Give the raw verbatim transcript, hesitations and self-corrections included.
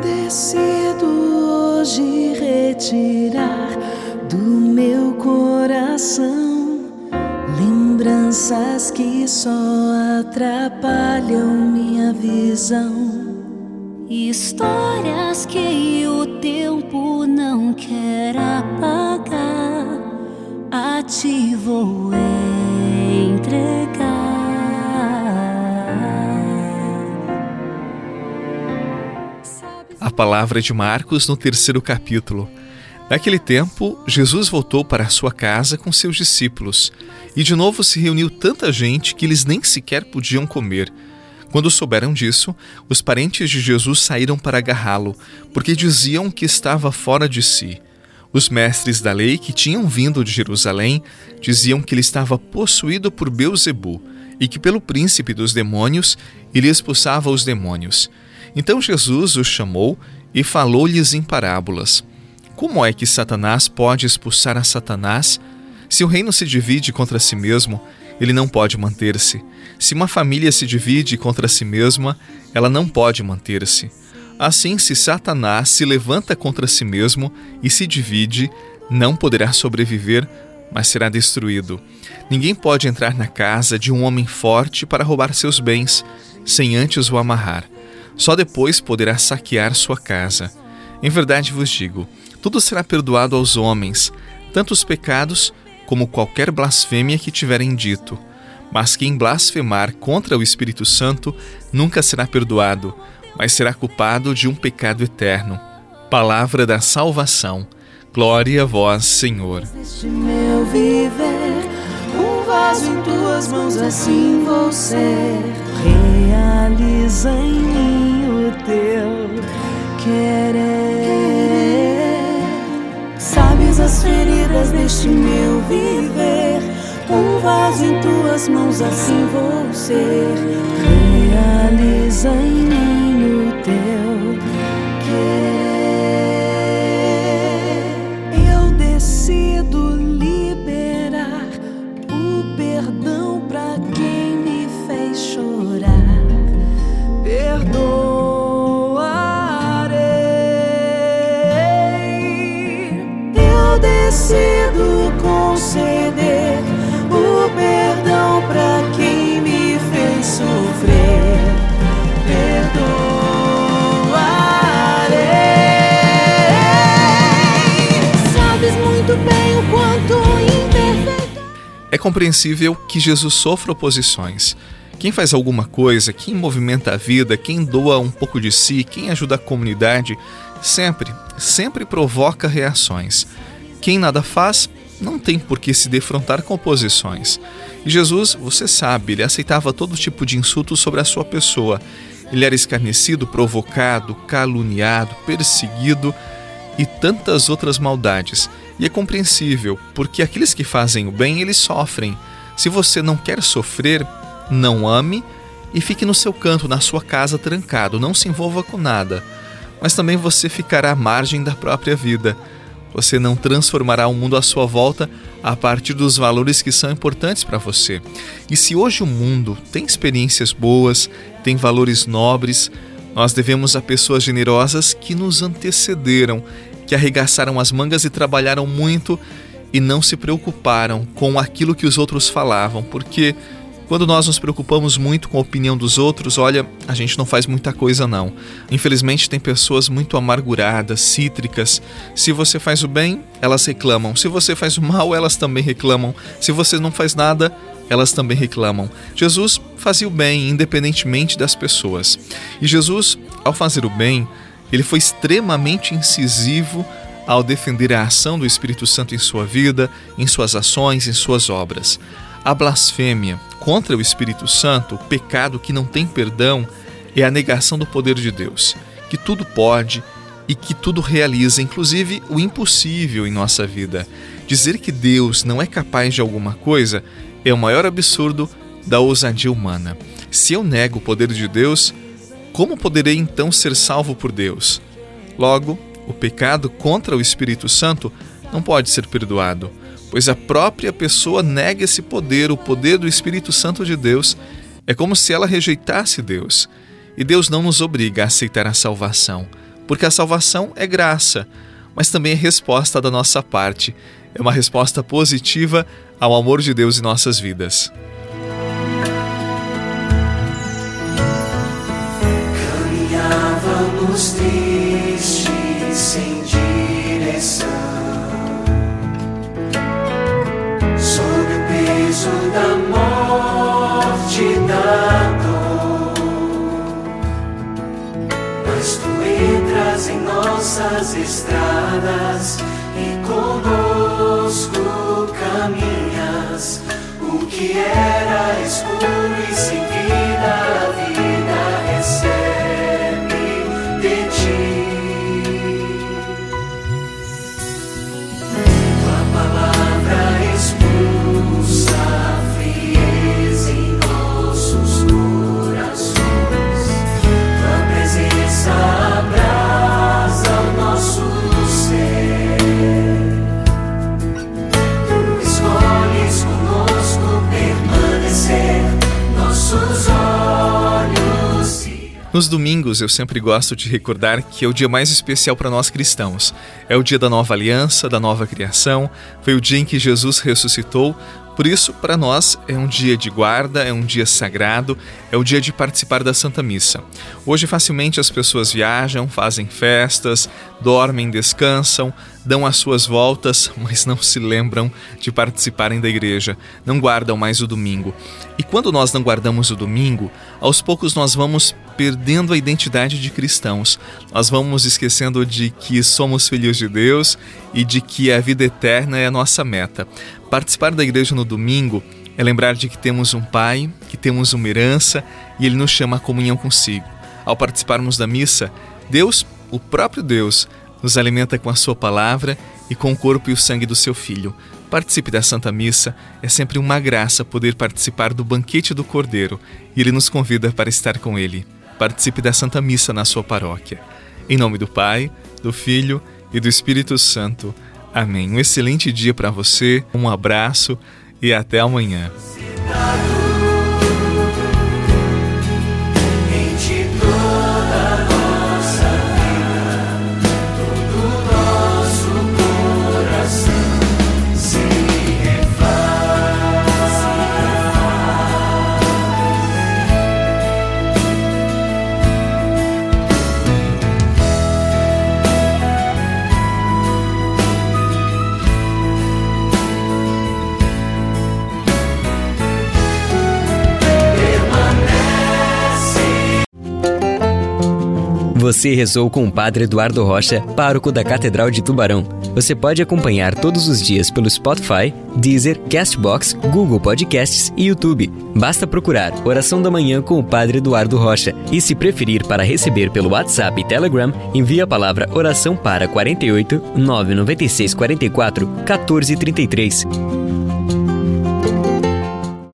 Decido hoje retirar do meu coração lembranças que só atrapalham minha visão. Histórias que o tempo não quer apagar, a ti vou entregar. A palavra de Marcos no terceiro capítulo. Naquele tempo, Jesus voltou para a sua casa com seus discípulos, e de novo se reuniu tanta gente que eles nem sequer podiam comer. Quando souberam disso, os parentes de Jesus saíram para agarrá-lo, porque diziam que estava fora de si. Os mestres da lei, que tinham vindo de Jerusalém, diziam que ele estava possuído por Beelzebu, e que pelo príncipe dos demônios ele expulsava os demônios. Então Jesus os chamou e falou-lhes em parábolas. Como é que Satanás pode expulsar a Satanás? Se o reino se divide contra si mesmo, ele não pode manter-se. Se uma família se divide contra si mesma, ela não pode manter-se. Assim, se Satanás se levanta contra si mesmo e se divide, não poderá sobreviver, mas será destruído. Ninguém pode entrar na casa de um homem forte para roubar seus bens, sem antes o amarrar. Só depois poderá saquear sua casa. Em verdade vos digo, tudo será perdoado aos homens, tanto os pecados como qualquer blasfêmia que tiverem dito. Mas quem blasfemar contra o Espírito Santo nunca será perdoado, mas será culpado de um pecado eterno. Palavra da salvação. Glória a vós, Senhor. Neste meu viver, um vaso em tuas mãos, assim vou ser. Realiza em mim o teu querer. Sabes as feridas deste meu viver, um vaso em tuas mãos, assim vou ser. Realiza em mim o teu querer. Eu decido liberar o perdão pra quem me fez chorar. Perdoarei. Eu decido conceder o perdão pra quem me fez sofrer. Perdoarei. Sabes muito bem o quanto imperfeito. É compreensível que Jesus sofra oposições. Quem faz alguma coisa, quem movimenta a vida, quem doa um pouco de si, quem ajuda a comunidade, sempre, sempre provoca reações. Quem nada faz, não tem por que se defrontar com oposições. E Jesus, você sabe, ele aceitava todo tipo de insultos sobre a sua pessoa. Ele era escarnecido, provocado, caluniado, perseguido e tantas outras maldades. E é compreensível, porque aqueles que fazem o bem, eles sofrem. Se você não quer sofrer, não ame e fique no seu canto, na sua casa, trancado. Não se envolva com nada. Mas também você ficará à margem da própria vida. Você não transformará o mundo à sua volta a partir dos valores que são importantes para você. E se hoje o mundo tem experiências boas, tem valores nobres, nós devemos a pessoas generosas que nos antecederam, que arregaçaram as mangas e trabalharam muito e não se preocuparam com aquilo que os outros falavam, porque quando nós nos preocupamos muito com a opinião dos outros, olha, a gente não faz muita coisa não. Infelizmente tem pessoas muito amarguradas, cítricas. Se você faz o bem, elas reclamam. Se você faz o mal, elas também reclamam. Se você não faz nada, elas também reclamam. Jesus fazia o bem, independentemente das pessoas. E Jesus, ao fazer o bem, ele foi extremamente incisivo ao defender a ação do Espírito Santo em sua vida, em suas ações, em suas obras. A blasfêmia contra o Espírito Santo, o pecado que não tem perdão, é a negação do poder de Deus, que tudo pode e que tudo realiza, inclusive o impossível em nossa vida. Dizer que Deus não é capaz de alguma coisa é o maior absurdo da ousadia humana. Se eu nego o poder de Deus, como poderei então ser salvo por Deus? Logo, o pecado contra o Espírito Santo não pode ser perdoado, pois a própria pessoa nega esse poder, o poder do Espírito Santo de Deus. É como se ela rejeitasse Deus. E Deus não nos obriga a aceitar a salvação, porque a salvação é graça, mas também é resposta da nossa parte. É uma resposta positiva ao amor de Deus em nossas vidas. Caminhávamos tristes, sem direção, sob o peso da morte e da dor, mas tu entras em nossas estradas e conosco caminhas. O que era escuro e sem vida, a vida recebe de ti. Tua palavra expulsa a frieza em nossos corações. Tua presença abrasa o nosso ser. Tu escolhes conosco permanecer, nossos olhos se... Nos domingos eu sempre gosto de recordar que é o dia mais especial para nós cristãos. É o dia da nova aliança, da nova criação. Foi o dia em que Jesus ressuscitou. Por isso, para nós, é um dia de guarda, é um dia sagrado, é o dia de participar da Santa Missa. Hoje, facilmente as pessoas viajam, fazem festas, dormem, descansam, dão as suas voltas, mas não se lembram de participarem da igreja, não guardam mais o domingo. E quando nós não guardamos o domingo, aos poucos nós vamos perdendo a identidade de cristãos. Nós vamos esquecendo de que somos filhos de Deus e de que a vida eterna é a nossa meta. Participar da igreja no domingo é lembrar de que temos um Pai, que temos uma herança e Ele nos chama à comunhão consigo. Ao participarmos da missa, Deus, o próprio Deus, nos alimenta com a sua palavra e com o corpo e o sangue do seu Filho. Participe da Santa Missa, é sempre uma graça poder participar do banquete do Cordeiro e Ele nos convida para estar com Ele. Participe da Santa Missa na sua paróquia. Em nome do Pai, do Filho e do Espírito Santo. Amém. Um excelente dia para você, um abraço e até amanhã. Você rezou com o Padre Eduardo Rocha, pároco da Catedral de Tubarão. Você pode acompanhar todos os dias pelo Spotify, Deezer, Castbox, Google Podcasts e YouTube. Basta procurar Oração da Manhã com o Padre Eduardo Rocha. E se preferir para receber pelo WhatsApp e Telegram, envie a palavra oração para quarenta e oito, nove nove seis, quarenta e quatro, quatorze, trinta e três.